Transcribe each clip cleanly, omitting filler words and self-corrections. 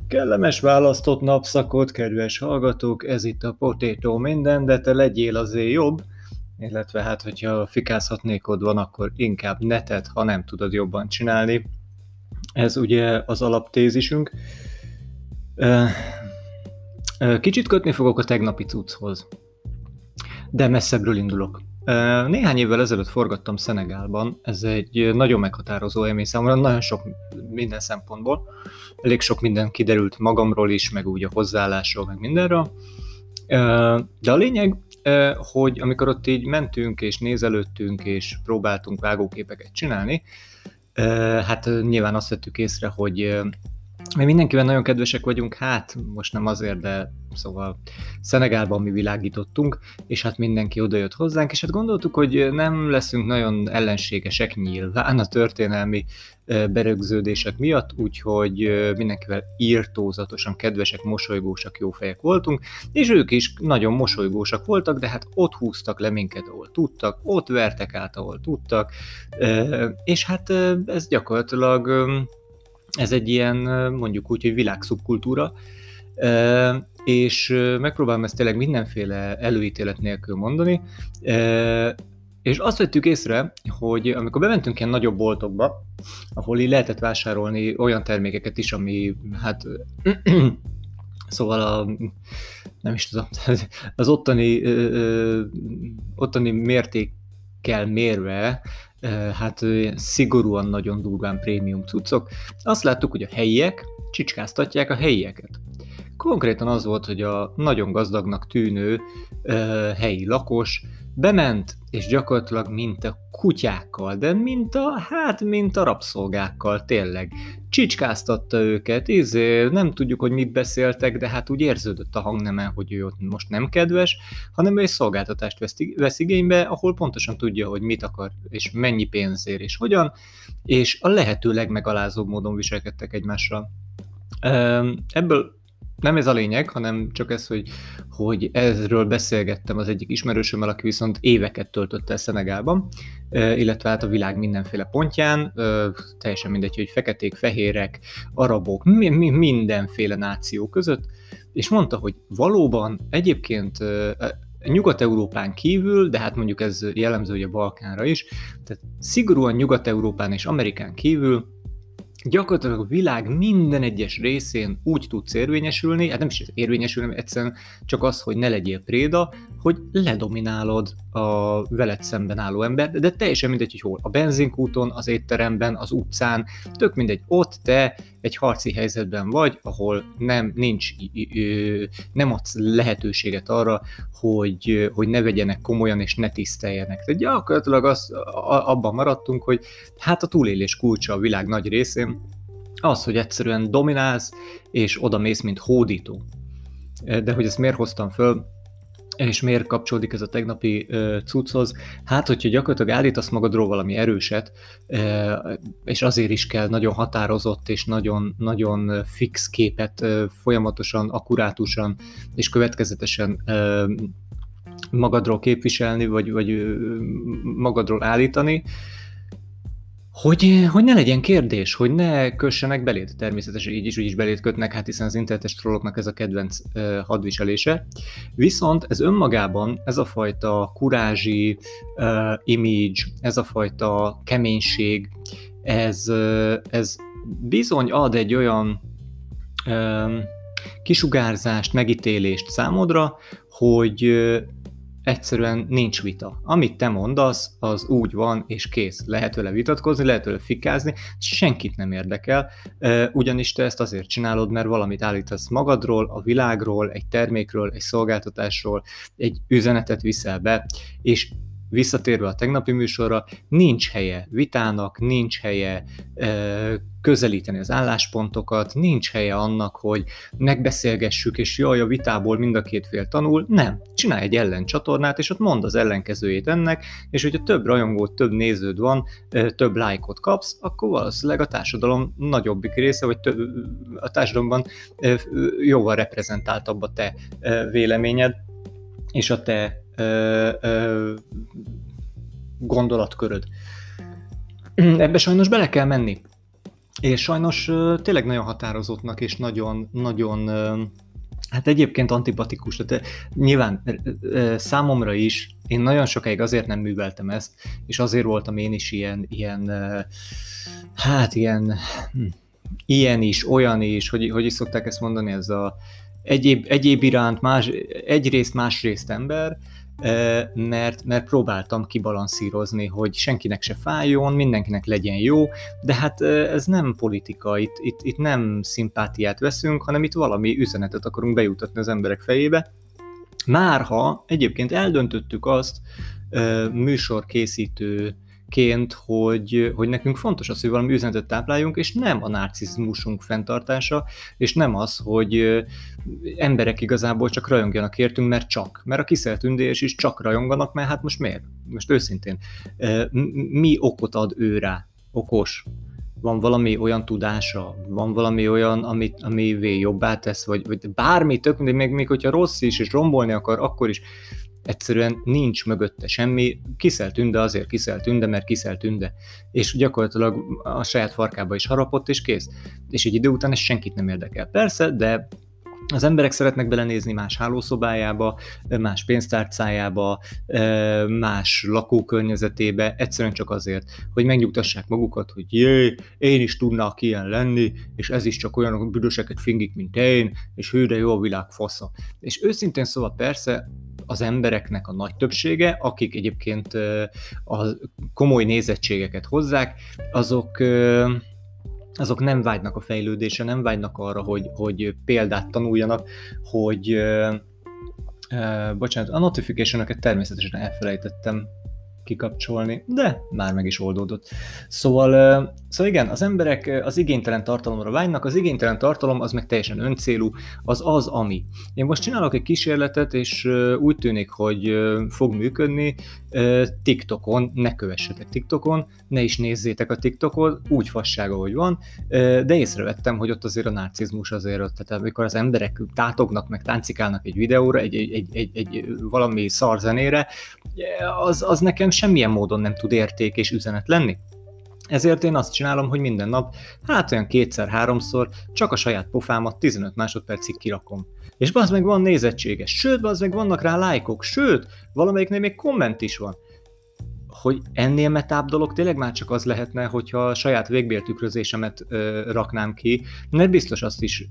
Kellemes választott napszakot, kedves hallgatók, ez itt a Potato minden, de te legyél azért jobb, illetve hát, hogyha fikázhatnékod van, akkor inkább neted, ha nem tudod jobban csinálni. Ez ugye az alaptézisünk. Kicsit kötni fogok a tegnapi cucchoz, de messzebbről indulok. Néhány évvel ezelőtt forgattam Szenegálban, ez egy nagyon meghatározó élmény számomra, nagyon sok minden szempontból. Elég sok minden kiderült magamról is, meg úgy a hozzáállásról, meg mindenről. De a lényeg, hogy amikor ott így mentünk, és nézelődtünk, és próbáltunk vágóképeket csinálni, hát nyilván azt vettük észre, hogy mi mindenkivel nagyon kedvesek vagyunk, hát most nem azért, de szóval Szenegálban mi világítottunk, és hát mindenki odajött hozzánk, és hát gondoltuk, hogy nem leszünk nagyon ellenségesek nyilván a történelmi berögződések miatt, úgyhogy mindenkivel írtózatosan kedvesek, mosolygósak, jó fejek voltunk, és ők is nagyon mosolygósak voltak, de hát ott húztak le minket, ahol tudtak, ott vertek át, ahol tudtak, és hát ez gyakorlatilag ez egy ilyen, mondjuk úgy, hogy világszubkultúra, és megpróbálom ezt tényleg mindenféle előítélet nélkül mondani, és azt vettük észre, hogy amikor bementünk ilyen nagyobb boltokba, ahol így lehetett vásárolni olyan termékeket is, ami hát szóval nem is tudom, az ottani mértékkel mérve, hát szigorúan nagyon durván prémium cuccok. Azt láttuk, hogy a helyiek csicskáztatják a helyieket. Konkrétan az volt, hogy a nagyon gazdagnak tűnő helyi lakos bement, és gyakorlatilag mint a kutyákkal, de mint a rabszolgákkal tényleg. Csicskáztatta őket, nem tudjuk, hogy mit beszéltek, de hát úgy érződött a hangnemen, hogy ő ott most nem kedves, hanem ő egy szolgáltatást vesz igénybe, ahol pontosan tudja, hogy mit akar, és mennyi pénzért, és hogyan, és a lehető legmegalázóbb módon viselkedtek egymással. Ebből nem ez a lényeg, hanem csak ez, hogy ezről beszélgettem az egyik ismerősömmel, aki viszont éveket töltött el Szenegálban, illetve hát a világ mindenféle pontján, teljesen mindegy, hogy feketék, fehérek, arabok, mindenféle náció között, és mondta, hogy valóban egyébként Nyugat-Európán kívül, de hát mondjuk ez jellemző ugye Balkánra is, tehát szigorúan Nyugat-Európán és Amerikán kívül gyakorlatilag a világ minden egyes részén úgy tudsz érvényesülni, hát nem is érvényesülni, egyszerűen csak az, hogy ne legyél préda, hogy ledominálod a veled szemben álló embert, de teljesen mindegy, hogy hol. A benzinkúton, az étteremben, az utcán, tök mindegy, ott te egy harci helyzetben vagy, ahol nem adsz lehetőséget arra, hogy ne vegyenek komolyan és ne tiszteljenek. Tehát gyakorlatilag abban maradtunk, hogy hát a túlélés kulcsa a világ nagy részén az, hogy egyszerűen dominálsz, és oda mész, mint hódító. De hogy ezt miért hoztam föl, és miért kapcsolódik ez a tegnapi cucchoz? Hát, hogyha gyakorlatilag állítasz magadról valami erőset, és azért is kell nagyon határozott és nagyon, nagyon fix képet folyamatosan, akkurátusan és következetesen magadról képviselni, vagy magadról állítani, hogy ne legyen kérdés, hogy ne kössenek beléd. Természetesen így is, úgy is beléd kötnek, hát hiszen az internetes trolloknak ez a kedvenc hadviselése. Viszont ez önmagában, ez a fajta kurázsi image, ez a fajta keménység, ez bizony ad egy olyan kisugárzást, megítélést számodra, hogy egyszerűen nincs vita. Amit te mondasz, az úgy van, és kész. Lehet vele vitatkozni, lehet vele fikázni, senkit nem érdekel, ugyanis te ezt azért csinálod, mert valamit állítasz magadról, a világról, egy termékről, egy szolgáltatásról, egy üzenetet viszel be, és visszatérve a tegnapi műsorra, nincs helye vitának, nincs helye közelíteni az álláspontokat, nincs helye annak, hogy megbeszélgessük, és jaj, a vitából mind a két fél tanul. Nem. Csinálj egy ellencsatornát, és ott mondd az ellenkezőjét ennek, és hogyha több rajongód, több néződ van, több lájkot kapsz, akkor valószínűleg a társadalom nagyobbik része, vagy a társadalomban jóval reprezentáltabb a te véleményed, és a te gondolatköröd. Ebbe sajnos bele kell menni. És sajnos tényleg nagyon határozottnak, és nagyon, hát egyébként antipatikus. Tehát nyilván számomra is, én nagyon sokáig azért nem műveltem ezt, és azért voltam én is hát ilyen is, olyan is, hogy is szokták ezt mondani, ez a egyéb iránt egyrészt másrészt ember, mert próbáltam kibalanszírozni, hogy senkinek se fájjon, mindenkinek legyen jó, de hát ez nem politika, itt nem szimpátiát veszünk, hanem itt valami üzenetet akarunk bejutatni az emberek fejébe. Márha egyébként eldöntöttük azt műsorkészítőként, hogy nekünk fontos az, hogy valami üzenetet tápláljunk, és nem a narcizmusunk fenntartása, és nem az, hogy emberek igazából csak rajongjanak értünk, mert a kiszelt ündés is csak rajonganak, mert hát most miért? Most őszintén. Mi okot ad ő rá? Okos? Van valami olyan tudása, van valami olyan, amivé jobbá tesz, vagy bármi, tök mindegy, még hogyha rossz is, és rombolni akar, akkor is egyszerűen nincs mögötte semmi, Kiszel Tünde azért Kiszel Tünde, mert Kiszel Tünde. És gyakorlatilag a saját farkába is harapott, és kész. És egy idő után ez senkit nem érdekel. Persze, de az emberek szeretnek belenézni más hálószobájába, más pénztárcájába, más lakókörnyezetébe, egyszerűen csak azért, hogy megnyugtassák magukat, hogy én is tudnák ilyen lenni, és ez is csak olyanok büdöseket fingik, mint én, és hű, de jó a világ fasza. És őszintén szóval persze az embereknek a nagy többsége, akik egyébként a komoly nézettségeket hozzák, azok nem vágynak a fejlődésre, nem vágynak arra, hogy példát tanuljanak, hogy bocsánat, a notification-öket természetesen elfelejtettem kikapcsolni, de már meg is oldódott. Szóval igen, az emberek az igénytelen tartalomra vágynak, az igénytelen tartalom az meg teljesen öncélú, az, ami. Én most csinálok egy kísérletet, és úgy tűnik, hogy fog működni. TikTokon, ne kövessetek TikTokon, ne is nézzétek a TikTokot, úgy fasság, ahogy van, de észrevettem, hogy ott azért a narcizmus azért ott, tehát amikor az emberek tátognak, meg táncikálnak egy videóra, egy valami szarzenére, az nekem semmilyen módon nem tud érték és üzenet lenni. Ezért én azt csinálom, hogy minden nap, hát olyan 2-3-szor csak a saját pofámat 15 másodpercig kirakom. És bazd meg van nézettsége, sőt, bazd meg vannak rá lájkok, sőt, valamelyiknél még komment is van. Hogy ennél metább dolog tényleg már csak az lehetne, hogyha a saját végbéltükrözésemet raknám ki, mert biztos azt is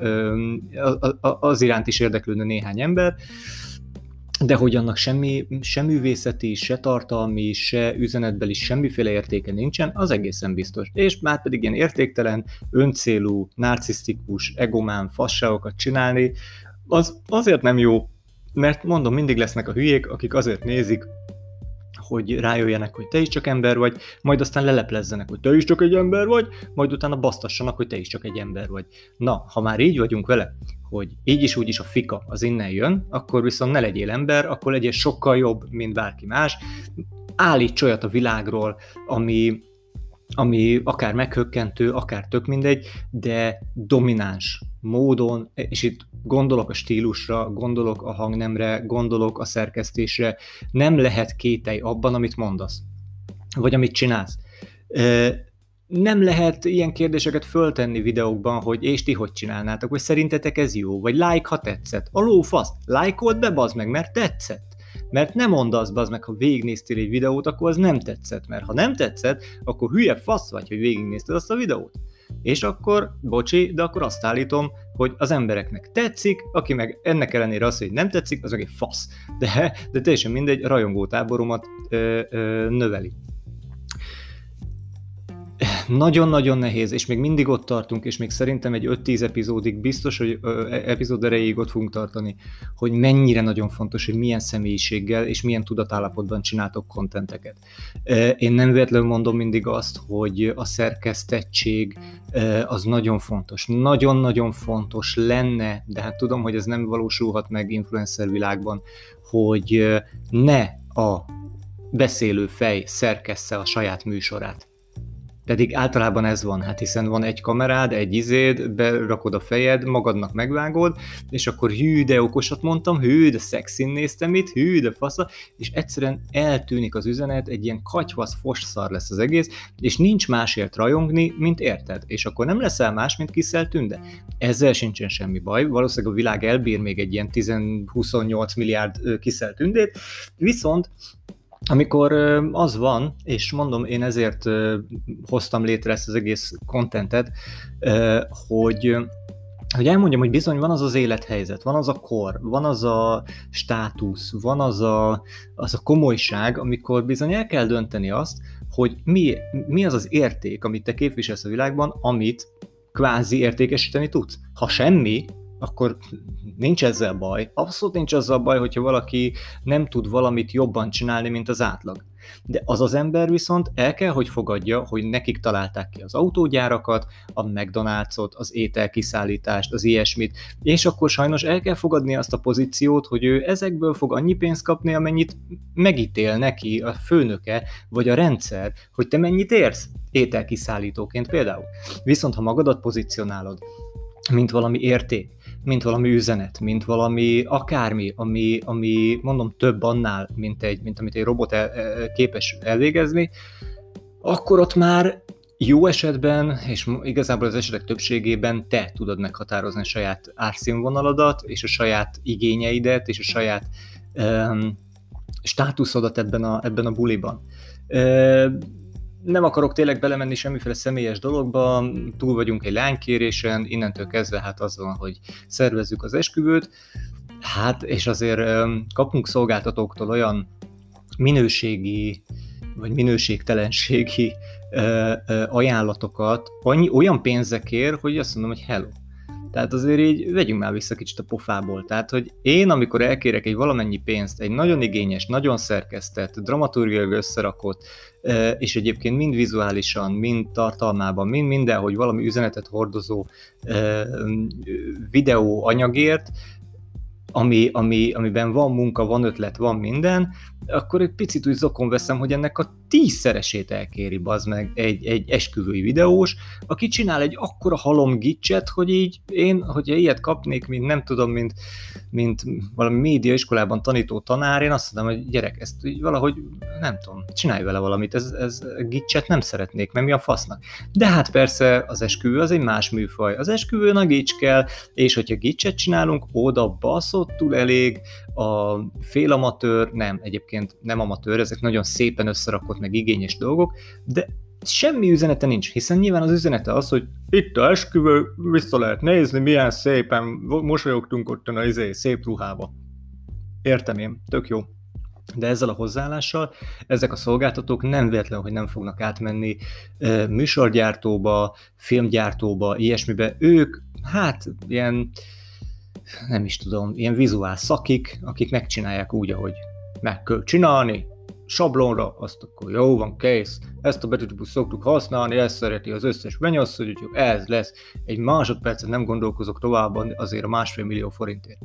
az iránt is érdeklődne néhány ember, de hogy annak se művészeti, se tartalmi, se üzenetbeli semmiféle értéke nincsen, az egészen biztos. És már pedig ilyen értéktelen, öncélú, narcisztikus, egomán fasságokat csinálni, az azért nem jó, mert mondom, mindig lesznek a hülyék, akik azért nézik, hogy rájöjjenek, hogy te is csak ember vagy, majd aztán leleplezzenek, hogy te is csak egy ember vagy, majd utána basztassanak, hogy te is csak egy ember vagy. Na, ha már így vagyunk vele, hogy így is úgy is a fika az innen jön, akkor viszont ne legyél ember, akkor legyél sokkal jobb, mint bárki más. Állíts olyat a világról, ami akár meghökkentő, akár tök mindegy, de domináns módon, és itt gondolok a stílusra, gondolok a hangnemre, gondolok a szerkesztésre, nem lehet kételj abban, amit mondasz, vagy amit csinálsz. Nem lehet ilyen kérdéseket föltenni videókban, hogy és ti hogy csinálnátok, vagy szerintetek ez jó, vagy like, ha tetszett. A lófasz, lájkold be, bazd meg, mert tetszett. Mert nem mondd azt, bazd meg, ha végignéztél egy videót, akkor az nem tetszett, mert ha nem tetszett, akkor hülye fasz vagy, hogy végignézted azt a videót. És akkor, bocsi, de akkor azt állítom, hogy az embereknek tetszik, aki meg ennek ellenére azt, hogy nem tetszik, az meg egy fasz. De teljesen mindegy, a rajongótáboromat növeli. Nagyon-nagyon nehéz, és még mindig ott tartunk, és még szerintem egy 5-10 epizódig biztos, hogy epizód erejéig ott fogunk tartani, hogy mennyire nagyon fontos, hogy milyen személyiséggel és milyen tudatállapotban csináltok kontenteket. Én nem véletlenül mondom mindig azt, hogy a szerkesztettség az nagyon fontos. Nagyon-nagyon fontos lenne, de hát tudom, hogy ez nem valósulhat meg influencer világban, hogy ne a beszélő fej szerkessze a saját műsorát. Pedig általában ez van, hát hiszen van egy kamerád, egy izéd, berakod a fejed, magadnak megvágod, és akkor hű, de okosat mondtam, hű, de szexin néztem itt, hű, de fasza, és egyszerűen eltűnik az üzenet, egy ilyen katyvasz fosszar lesz az egész, és nincs másért rajongni, mint érted, és akkor nem leszel más, mint Kissel Tünde. Ezzel sincsen semmi baj, valószínűleg a világ elbír még egy ilyen 10-28 milliárd Kissel Tündét, viszont amikor az van, és mondom, én ezért hoztam létre ezt az egész contentet, hogy elmondjam, hogy bizony van az az élethelyzet, van az a kor, van az a státusz, van az a komolyság, amikor bizony el kell dönteni azt, hogy mi az az érték, amit te képviselsz a világban, amit kvázi értékesíteni tudsz. Ha semmi, akkor nincs ezzel baj. Abszolút nincs azzal baj, hogyha valaki nem tud valamit jobban csinálni, mint az átlag. De az az ember viszont el kell, hogy fogadja, hogy nekik találták ki az autógyárakat, a McDonald's-ot, az ételkiszállítást, az ilyesmit, és akkor sajnos el kell fogadni azt a pozíciót, hogy ő ezekből fog annyi pénzt kapni, amennyit megítél neki a főnöke, vagy a rendszer, hogy te mennyit érsz ételkiszállítóként például. Viszont ha magadat pozícionálod, mint valami érték, mint valami üzenet, mint valami akármi, ami mondom több annál, mint amit egy robot képes elvégezni, akkor ott már jó esetben, és igazából az esetek többségében te tudod meghatározni a saját árszínvonaladat, és a saját igényeidet, és a saját státuszodat ebben a buliban. Nem akarok tényleg belemenni semmiféle személyes dologba, túl vagyunk egy lánykérésen, innentől kezdve hát az van, hogy szervezzük az esküvőt, hát és azért kapunk szolgáltatóktól olyan minőségi vagy minőségtelenségi ajánlatokat, olyan pénzekért, hogy azt mondom, hogy hello. Tehát azért így vegyünk már vissza kicsit a pofából. Tehát, hogy én, amikor elkérek egy valamennyi pénzt, egy nagyon igényes, nagyon szerkesztett, dramaturgiailag összerakott, és egyébként mind vizuálisan, mind tartalmában, mind mindenhogy valami üzenetet hordozó videó anyagért, amiben van munka, van ötlet, van minden, akkor egy picit úgy zokon veszem, hogy ennek a 10-szeresét elkéri, bazd meg, egy esküvői videós, aki csinál egy akkora halom gicset, hogy így én, hogyha ilyet kapnék, mint nem tudom, mint valami médiaiskolában tanító tanár, én azt mondom, hogy gyerek, ezt így valahogy, nem tudom, csinálj vele valamit, ez gicset nem szeretnék, mert mi a fasznak. De hát persze az esküvő az egy más műfaj. Az esküvőn a gics kell, és hogyha gicset csinálunk, oda baszottul elég a félamatőr, nem, egyébként nem amatőr, ezek nagyon szépen összerakott meg igényes dolgok, de semmi üzenete nincs, hiszen nyilván az üzenete az, hogy itt a esküvő, vissza lehet nézni, milyen szépen mosolyogtunk ott a szép ruhába. Értem én, tök jó. De ezzel a hozzáállással ezek a szolgáltatók nem véletlenül, hogy nem fognak átmenni műsorgyártóba, filmgyártóba, ilyesmibe. Ők, hát ilyen, nem is tudom, ilyen vizuál szakik, akik megcsinálják úgy, ahogy meg kell csinálni, sablonra, azt akkor jó van, kész, ezt a betűtípust szoktuk használni, ezt szereti az összes menyasszony, úgyhogy ez lesz, egy másodpercet nem gondolkozok tovább azért a 1,5 millió forintért.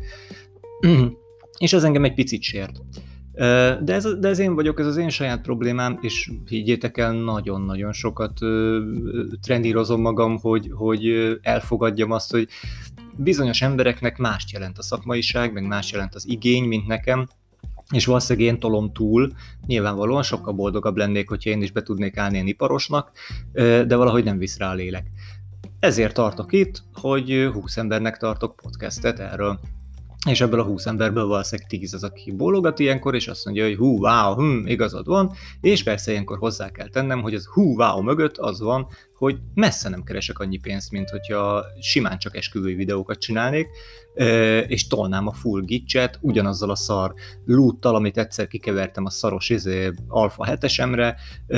És ez engem egy picit sért. De ez én vagyok, ez az én saját problémám, és higgyétek el, nagyon-nagyon sokat trendírozom magam, hogy elfogadjam azt, hogy bizonyos embereknek mást jelent a szakmaiság, meg más jelent az igény, mint nekem, és valószínűleg én tolom túl, nyilvánvalóan sokkal boldogabb lennék, hogyha én is be tudnék állni én iparosnak, de valahogy nem visz rá a lélek. Ezért tartok itt, hogy 20 embernek tartok podcastet erről. És ebből a 20 emberből valószínűleg 10 az, aki bólogat ilyenkor, és azt mondja, hogy wow, igazad van, és persze ilyenkor hozzá kell tennem, hogy az wow mögött az van, hogy messze nem keresek annyi pénzt, mint hogyha simán csak esküvői videókat csinálnék, és tolnám a full gicset ugyanazzal a szar loottal, amit egyszer kikevertem a szaros Alpha 7-esemre,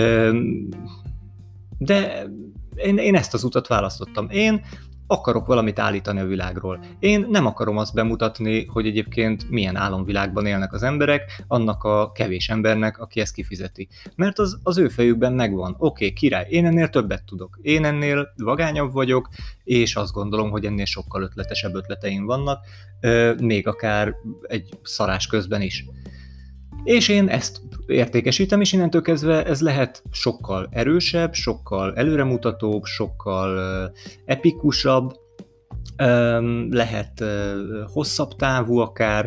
de én ezt az utat választottam. Én akarok valamit állítani a világról. Én nem akarom azt bemutatni, hogy egyébként milyen álomvilágban élnek az emberek, annak a kevés embernek, aki ezt kifizeti. Mert az ő fejükben megvan. Oké, király, én ennél többet tudok. Én ennél vagányabb vagyok, és azt gondolom, hogy ennél sokkal ötletesebb ötleteim vannak, még akár egy szarás közben is. És én ezt értékesítem, és innentől kezdve ez lehet sokkal erősebb, sokkal előremutatóbb, sokkal epikusabb, lehet hosszabb távú akár,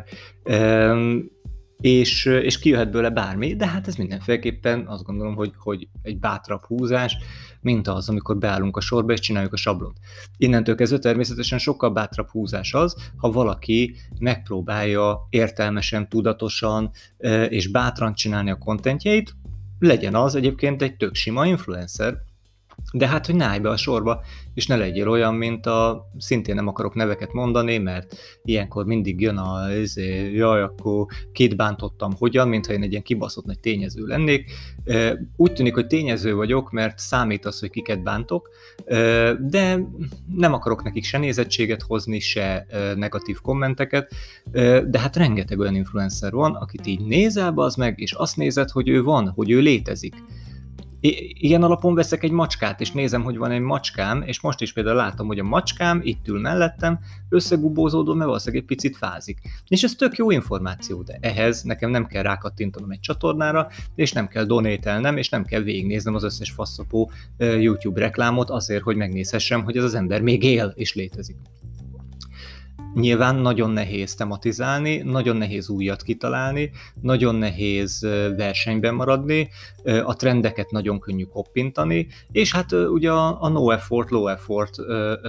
és kijöhet bőle bármi, de hát ez mindenféleképpen azt gondolom, hogy egy bátrabb húzás, mint az, amikor beállunk a sorba és csináljuk a sablont. Innentől kezdve természetesen sokkal bátrabb húzás az, ha valaki megpróbálja értelmesen, tudatosan és bátran csinálni a contentjeit, legyen az egyébként egy tök sima influencer, de hát, hogy ne állj be a sorba, és ne legyél olyan, mint szintén nem akarok neveket mondani, mert ilyenkor mindig jön jaj, akkor kit bántottam, hogyan, mintha én egy ilyen kibaszott nagy tényező lennék. Úgy tűnik, hogy tényező vagyok, mert számít az, hogy kiket bántok, de nem akarok nekik se nézettséget hozni, se negatív kommenteket, de hát rengeteg olyan influencer van, akit így nézel, bazd meg, és azt nézed, hogy ő van, hogy ő létezik. Ilyen alapon veszek egy macskát, és nézem, hogy van egy macskám, és most is például látom, hogy a macskám itt ül mellettem, összegubózódom, mert valószínűleg egy picit fázik. És ez tök jó információ, de ehhez nekem nem kell rákattintanom egy csatornára, és nem kell donételnem, és nem kell végignéznem az összes faszopó YouTube reklámot azért, hogy megnézhessem, hogy ez az ember még él és létezik. Nyilván nagyon nehéz tematizálni, nagyon nehéz újat kitalálni, nagyon nehéz versenyben maradni, a trendeket nagyon könnyű koppintani, és hát ugye a no effort, low effort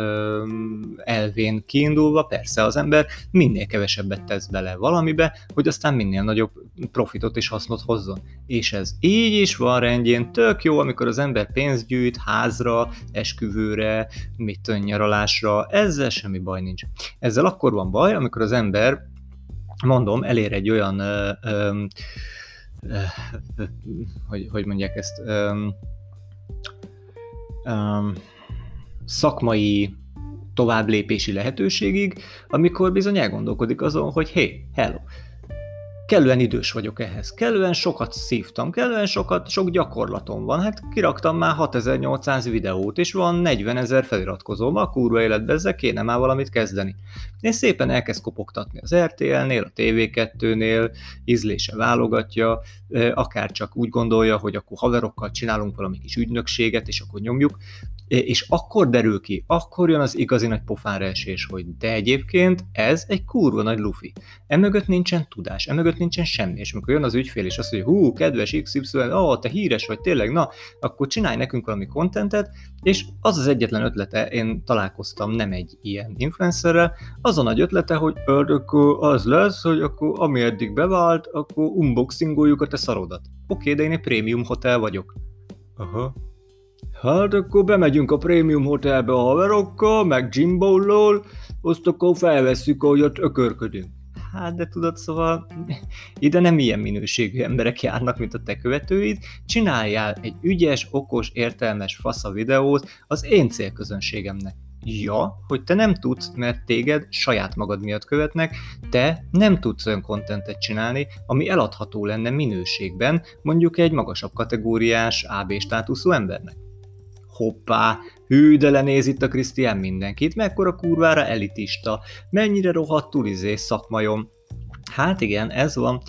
elvén kiindulva persze az ember minél kevesebbet tesz bele valamibe, hogy aztán minél nagyobb profitot és hasznot hozzon. És ez így is van rendjén, tök jó, amikor az ember pénzt gyűjt házra, esküvőre, nyaralásra, ezzel semmi baj nincs. Ezzel akkor van baj, amikor az ember, mondom, elér egy olyan, hogy mondják ezt, szakmai továbblépési lehetőségig, amikor bizony elgondolkodik azon, hogy hello, kellően idős vagyok ehhez, kellően sokat szívtam, kellően sok gyakorlatom van, hát kiraktam már 6800 videót, és van 40 000 feliratkozóm, a kurva életbe ezzel kéne már valamit kezdeni. És szépen elkezd kopogtatni az RTL-nél, a TV2-nél, ízlése válogatja, akár csak úgy gondolja, hogy akkor haverokkal csinálunk valami kis ügynökséget, és akkor nyomjuk, és akkor derül ki, akkor jön az igazi nagy pofára esés, hogy de egyébként ez egy kurva nagy lufi. Emögött nincsen tudás, emögött nincsen semmi, és amikor jön az ügyfél, és azt mondja, kedves XY, te híres vagy tényleg, na, akkor csinálj nekünk valami contentet, és az az egyetlen ötlete, én találkoztam nem egy ilyen influencerrel, az a nagy ötlete, hogy akkor az lesz, hogy akkor ami eddig bevált, akkor unboxingoljuk a te szarodat. Oké, de én egy prémium hotel vagyok. Aha. Hát akkor bemegyünk a prémium hotelbe a haverokkal, meg Jimbo-lól, azt akkor felvesszük, ahogy ott ökörködünk. Hát de tudod, szóval ide nem ilyen minőségű emberek járnak, mint a te követőid, csináljál egy ügyes, okos, értelmes fasza videót az én célközönségemnek. Ja, hogy te nem tudsz, mert téged saját magad miatt követnek, te nem tudsz olyan contentet csinálni, ami eladható lenne minőségben, mondjuk egy magasabb kategóriás AB státuszú embernek. Hoppá, hű, de lenéz itt a Krisztián mindenkit, mekkora kurvára elitista, mennyire rohadtul szakmajom. Hát igen, ez van.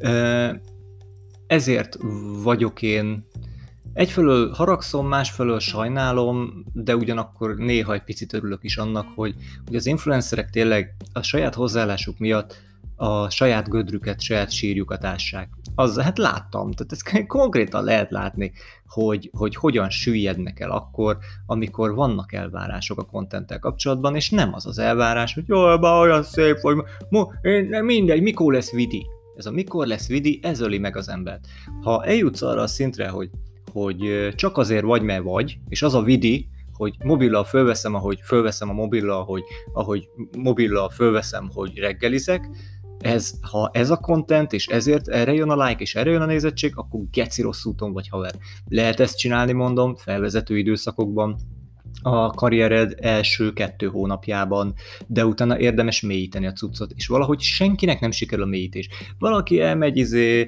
Ezért vagyok én egyfelől haragszom, másfelől sajnálom, de ugyanakkor néha egy picit örülök is annak, hogy az influencerek tényleg a saját hozzáállásuk miatt a saját gödrüket, saját sírjukat ássák. Hát láttam, tehát ezt konkrétan lehet látni, hogy hogyan süllyednek el akkor, amikor vannak elvárások a contenttel kapcsolatban, és nem az az elvárás, hogy jaj, bár olyan szép vagy, mindegy, mikor lesz vidi. Ez a mikor lesz vidi, ez öli meg az embert. Ha eljutsz arra a szintre, hogy csak azért vagy, mert vagy, és az a vidi, hogy mobillal fölveszem, ahogy fölveszem a mobillal, ahogy mobillal fölveszem, hogy reggelizek, ha ez a content, és ezért erre jön a like, és erre jön a nézettség, akkor geci rossz úton vagy, haver. Lehet ezt csinálni, mondom, felvezető időszakokban, a karriered első 2 hónapjában, de utána érdemes mélyíteni a cuccot, és valahogy senkinek nem sikerül a mélyítés. Valaki elmegy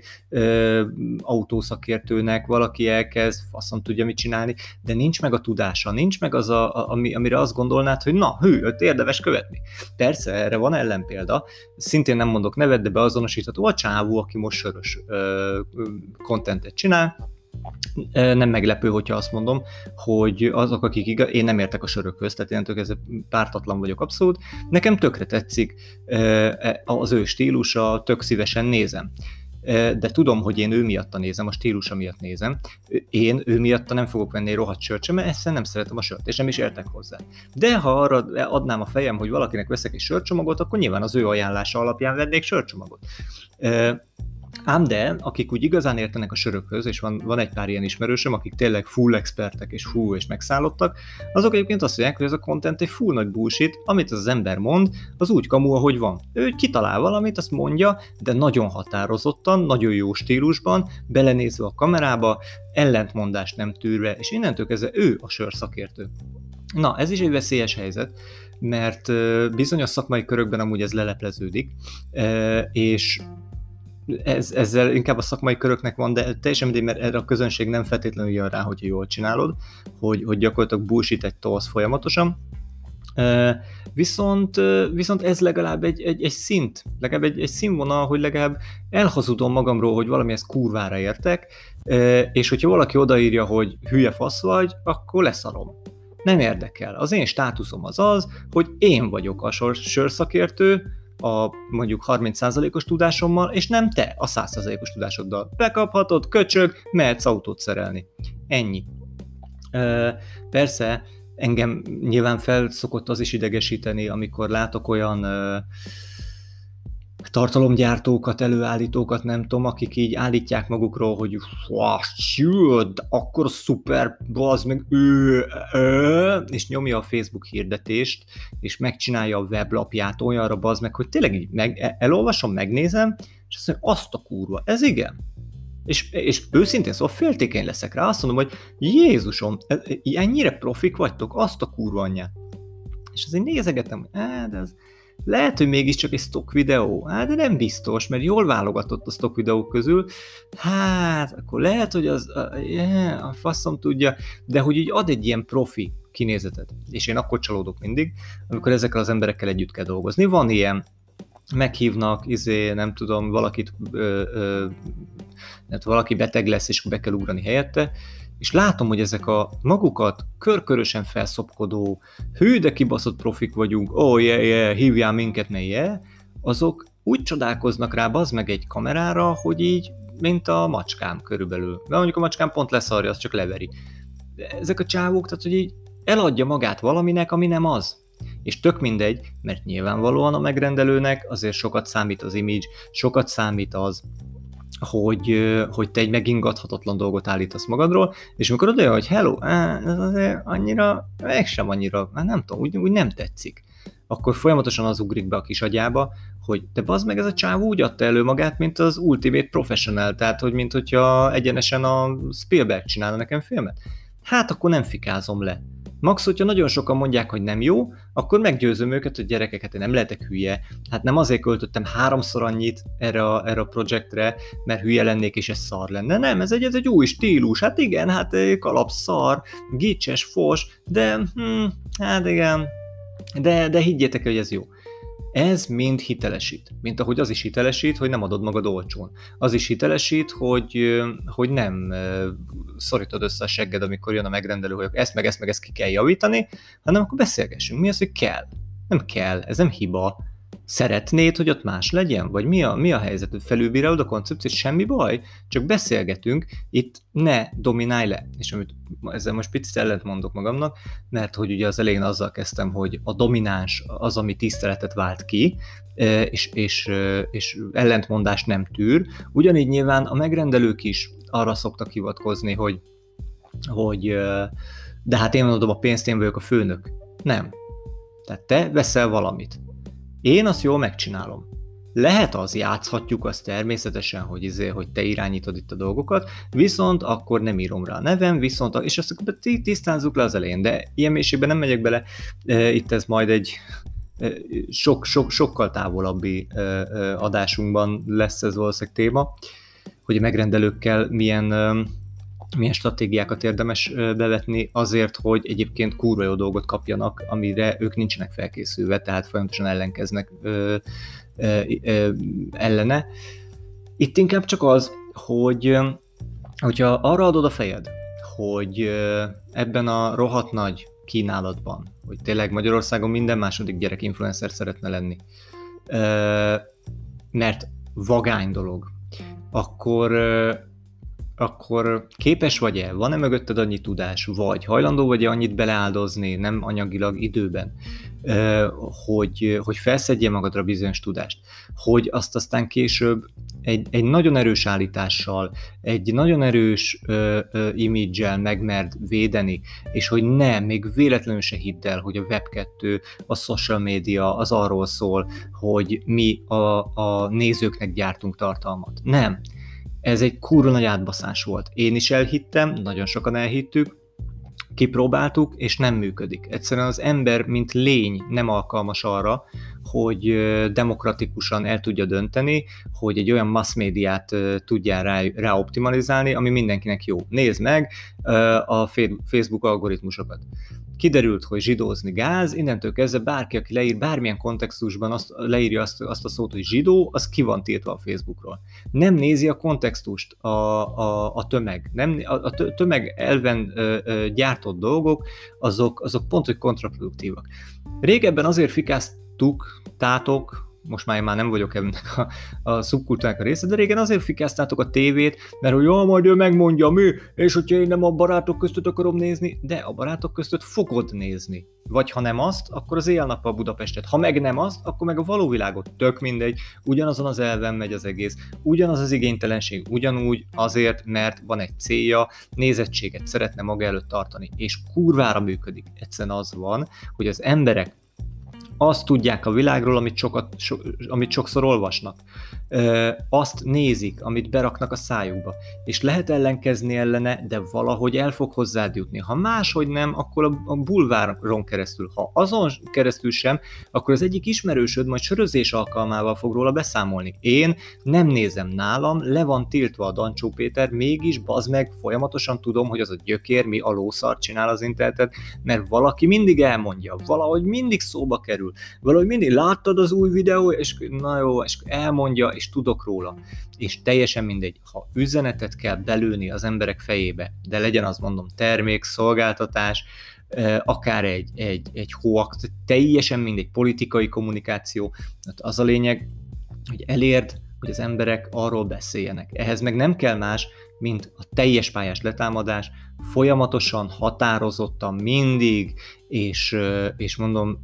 autószakértőnek, valaki elkezd, faszom tudja mit csinálni, de nincs meg a tudása, nincs meg az, amire azt gondolnád, hogy na, őt érdemes követni. Persze, erre van ellenpélda, szintén nem mondok nevet, de beazonosítható a csávó, aki most sörös contentet csinál. Nem meglepő, hogyha azt mondom, hogy azok, akik én nem értek a sörökhöz, tehát én ezzel pártatlan vagyok abszolút, nekem tökre tetszik az ő stílusa, tök szívesen nézem. De tudom, hogy én ő miatta nézem, a stílusa miatt nézem. Én ő miatta nem fogok venni egy rohadt sört sem, mert ezt nem szeretem a sört, és nem is értek hozzá. De ha arra adnám a fejem, hogy valakinek veszek egy sörcsomagot, akkor nyilván az ő ajánlása alapján vennék sörcsomagot. Ám de, akik úgy igazán értenek a sörökhöz, és van egy pár ilyen ismerősöm, akik tényleg full expertek és megszállottak, azok egyébként azt mondják, hogy ez a content egy full nagy bullshit, amit az ember mond, az úgy kamu, ahogy van. Ő kitalál valamit, azt mondja, de nagyon határozottan, nagyon jó stílusban, belenézve a kamerába, ellentmondást nem tűrve, és innentől kezdve ő a sörszakértő. Na, ez is egy veszélyes helyzet, mert bizonyos szakmai körökben amúgy ez lelepleződik, és ezzel inkább a szakmai köröknek van, de teljesen mindegy, mert erre a közönség nem feltétlenül jön rá, hogyha jól csinálod, hogy gyakorlatilag bullshit-et tolsz folyamatosan. Viszont ez legalább egy szint, legalább egy színvonal, hogy legalább elhazudom magamról, hogy valamihez kurvára értek, és hogyha valaki odaírja, hogy hülye fasz vagy, akkor leszarom. Nem érdekel. Az én státuszom az, hogy én vagyok a sörszakértő, a mondjuk 30%-os tudásommal, és nem te a 100%-os tudásoddal. Bekaphatod, köcsög, mehetsz autót szerelni. Ennyi. Persze, engem nyilván felszokott az is idegesíteni, amikor látok olyan tartalomgyártókat, előállítókat, nem tudom, akik így állítják magukról, hogy akkor szuper, bazd meg, és nyomja a Facebook hirdetést, és megcsinálja a weblapját olyanra, bazd meg, hogy tényleg így elolvasom, megnézem, és azt mondja, azt a kurva, ez igen. És őszintén szóval féltékeny leszek rá, azt mondom, hogy Jézusom, ennyire profik vagytok, azt a kurva anyját. És azért nézegetem, hogy de ez lehet, hogy mégiscsak egy stock videó, de nem biztos, mert jól válogatott a stock videók közül, akkor lehet, hogy a faszom tudja, de hogy így ad egy ilyen profi kinézetet. És én akkor csalódok mindig, amikor ezekkel az emberekkel együtt kell dolgozni. Van ilyen, meghívnak, nem tudom, valaki beteg lesz, és be kell ugrani helyette, és látom, hogy ezek a magukat körkörösen felszopkodó, hű, de kibaszott profik vagyunk, hívjál minket, azok úgy csodálkoznak rá, bazd meg egy kamerára, hogy így, mint a macskám körülbelül. De mondjuk a macskám pont leszarja, az csak leveri. De ezek a csávók, tehát hogy így eladja magát valaminek, ami nem az. És tök mindegy, mert nyilvánvalóan a megrendelőnek azért sokat számít az image, sokat számít az, hogy te egy megingathatatlan dolgot állítasz magadról, és amikor oda hogy hello, ez azért annyira, mégsem annyira, nem tudom, úgy nem tetszik. Akkor folyamatosan az ugrik be a kis agyába, hogy de bazd meg, ez a csávó úgy adta elő magát, mint az Ultimate Professional, tehát hogy mint hogyha egyenesen a Spielberg csinálna nekem filmet. Akkor nem fikázom le. Max, hogyha nagyon sokan mondják, hogy nem jó, akkor meggyőzöm őket, hogy gyerekek, én nem lehetek hülye. Nem azért költöttem 3-szor annyit erre a projektre, mert hülye lennék és ez szar lenne. Nem, ez egy új stílus. Igen, kalap szar, gicses, fos, de igen. De higgyétek, hogy ez jó. Ez mind hitelesít. Mint ahogy az is hitelesít, hogy nem adod magad olcsón. Az is hitelesít, hogy nem szorítod össze a segged, amikor jön a megrendelő, hogy ezt meg ezt ki kell javítani, hanem akkor beszélgessünk. Mi az, hogy kell? Nem kell, ez nem hiba. Szeretnéd, hogy ott más legyen? Vagy mi a helyzet? Felülbírálod a koncepciót? Semmi baj, csak beszélgetünk, itt ne dominálj le. És amit ezzel most picit ellent mondok magamnak, mert hogy ugye az elején azzal kezdtem, hogy a domináns az, ami tiszteletet vált ki, és ellentmondást nem tűr. Ugyanígy nyilván a megrendelők is arra szoktak hivatkozni, hogy de én adom a pénzt, én vagyok a főnök. Nem. Tehát te veszel valamit. Én azt jól megcsinálom. Lehet az, játszhatjuk azt természetesen, hogy te irányítod itt a dolgokat, viszont akkor nem írom rá a nevem, és azt akkor tisztázzuk le az elején, de ilyen mélységben nem megyek bele, itt ez majd egy sokkal távolabbi adásunkban lesz ez valószínűleg téma, hogy a megrendelőkkel milyen stratégiákat érdemes bevetni azért, hogy egyébként kurva jó dolgot kapjanak, amire ők nincsenek felkészülve, tehát folyamatosan ellenkeznek ellene. Itt inkább csak az, hogyha arra adod a fejed, hogy ebben a rohadt nagy kínálatban, hogy tényleg Magyarországon minden második gyerek influencer szeretne lenni, mert vagány dolog, akkor képes vagy-e, van-e mögötted annyi tudás, vagy hajlandó vagy-e annyit beleáldozni, nem anyagilag, időben, hogy felszedje magadra bizonyos tudást, hogy azt aztán később egy nagyon erős állítással, egy nagyon erős image-el megmerd védeni, és hogy még véletlenül se hidd el, hogy a Web2, a social media az arról szól, hogy mi a nézőknek gyártunk tartalmat. Nem. Ez egy kurva nagy átbaszás volt. Én is elhittem, nagyon sokan elhittük, kipróbáltuk, és nem működik. Egyszerűen az ember, mint lény nem alkalmas arra, hogy demokratikusan el tudja dönteni, hogy egy olyan mass médiát tudjál rá optimalizálni, ami mindenkinek jó. Nézd meg a Facebook algoritmusokat. Kiderült, hogy zsidózni gáz, innentől kezdve bárki, aki leír bármilyen kontextusban, leírja azt a szót, hogy zsidó, az ki van tiltva a Facebookról. Nem nézi a kontextust a tömeg. A tömeg elven gyártott dolgok, azok pont, hogy kontraproduktívak. Régebben azért fikáztátok, most már én nem vagyok ennek a szubkultúrának a része, de régen azért fikáztátok a tévét, mert hogy majd ő megmondja mi, és hogyha én nem a barátok között akarom nézni, de a barátok között fogod nézni. Vagy ha nem azt, akkor az éjjel-nappal Budapestet. Ha meg nem azt, akkor meg a való világot. Tök mindegy, ugyanazon az elven megy az egész, ugyanaz az igénytelenség, ugyanúgy azért, mert van egy célja, nézettséget szeretne maga előtt tartani, és kurvára működik. Egyszerűen az van, hogy az emberek azt tudják a világról, amit sokszor olvasnak. Azt nézik, amit beraknak a szájukba. És lehet ellenkezni ellene, de valahogy el fog hozzád jutni. Ha máshogy nem, akkor a bulváron keresztül. Ha azon keresztül sem, akkor az egyik ismerősöd majd sörözés alkalmával fog róla beszámolni. Én nem nézem, nálam, le van tiltva a Dancsó Péter, mégis bazd meg, folyamatosan tudom, hogy az a gyökér mi a lószart csinál az interneten, mert valaki mindig elmondja, valahogy mindig szóba kerül. Valahogy mindig láttad az új videó, és na jó, és elmondja, és tudok róla. És teljesen mindegy, ha üzenetet kell belőni az emberek fejébe, de legyen azt mondom termék, szolgáltatás, akár egy hoax, teljesen mindegy, politikai kommunikáció, az a lényeg, hogy elérd, hogy az emberek arról beszéljenek. Ehhez meg nem kell más, mint a teljes pályás letámadás, folyamatosan, határozottan, mindig, és mondom,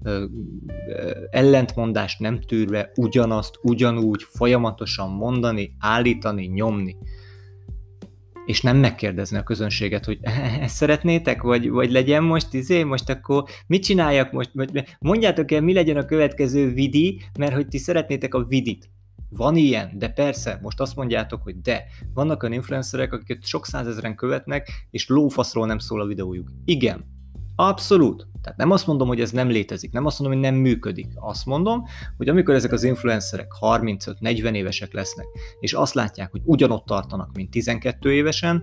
ellentmondást nem tűrve, ugyanazt, ugyanúgy, folyamatosan mondani, állítani, nyomni. És nem megkérdezni a közönséget, hogy ezt szeretnétek, vagy legyen most akkor mit csináljak most, mondjátok el, mi legyen a következő vidi, mert hogy ti szeretnétek a vidit. Van ilyen, de persze, most azt mondjátok, hogy de. Vannak olyan influencerek, akiket sok százezren követnek, és lófaszról nem szól a videójuk. Igen, abszolút. Tehát nem azt mondom, hogy ez nem létezik, nem azt mondom, hogy nem működik. Azt mondom, hogy amikor ezek az influencerek 35-40 évesek lesznek, és azt látják, hogy ugyanott tartanak, mint 12 évesen,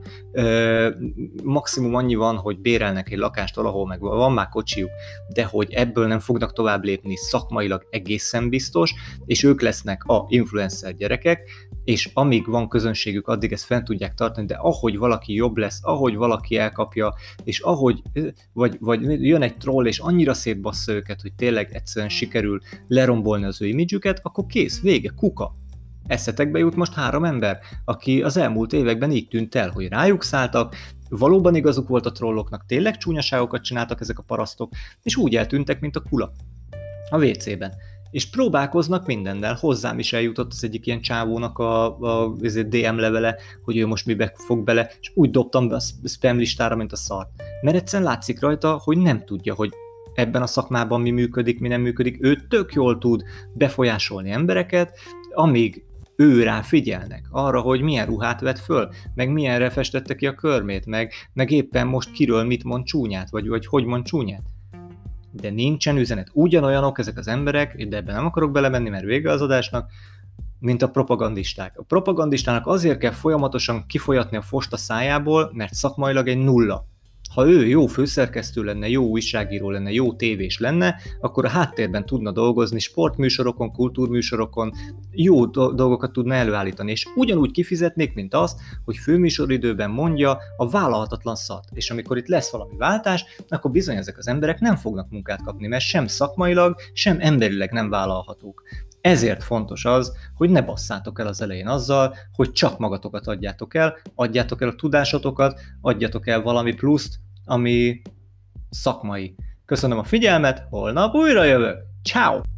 maximum annyi van, hogy bérelnek egy lakást valahol, meg van már kocsijuk, de hogy ebből nem fognak tovább lépni szakmailag egészen biztos, és ők lesznek a influencer gyerekek, és amíg van közönségük, addig ezt fent tudják tartani, de ahogy valaki jobb lesz, ahogy valaki elkapja, és ahogy, vagy jön egy troll, és annyira szétbassza őket, hogy tényleg egyszerűen sikerül lerombolni az ő imidzsüket, akkor kész, vége, kuka. Eszetekbe jut most 3 ember, aki az elmúlt években így tűnt el, hogy rájuk szálltak, valóban igazuk volt a trolloknak, tényleg csúnyaságokat csináltak ezek a parasztok, és úgy eltűntek, mint a kula a WC-ben. És próbálkoznak mindennel. Hozzám is eljutott az egyik ilyen csávónak a DM levele, hogy ő most mibe fog bele, és úgy dobtam be a spam listára, mint a szart. Mert egyszerűen látszik rajta, hogy nem tudja, hogy ebben a szakmában mi működik, mi nem működik. Ő tök jól tud befolyásolni embereket, amíg ő rá figyelnek, arra, hogy milyen ruhát vett föl, meg milyenre festette ki a körmét, meg éppen most kiről mit mond csúnyát, vagy hogy mond csúnyát. De nincsen üzenet. Ugyanolyanok ezek az emberek, de ebben nem akarok belemenni, mert vége az adásnak, mint a propagandisták. A propagandistának azért kell folyamatosan kifolyatni a fost a szájából, mert szakmailag egy nulla. Ha ő jó főszerkesztő lenne, jó újságíró lenne, jó tévés lenne, akkor a háttérben tudna dolgozni, sportműsorokon, kultúrműsorokon, jó dolgokat tudna előállítani, és ugyanúgy kifizetnék, mint azt, hogy főműsoridőben mondja a vállalhatatlan szart. És amikor itt lesz valami váltás, akkor bizony ezek az emberek nem fognak munkát kapni, mert sem szakmailag, sem emberileg nem vállalhatók. Ezért fontos az, hogy ne basszátok el az elején azzal, hogy csak magatokat adjátok el a tudásotokat, adjatok el valami pluszt, ami szakmai. Köszönöm a figyelmet, holnap újra jövök. Ciao.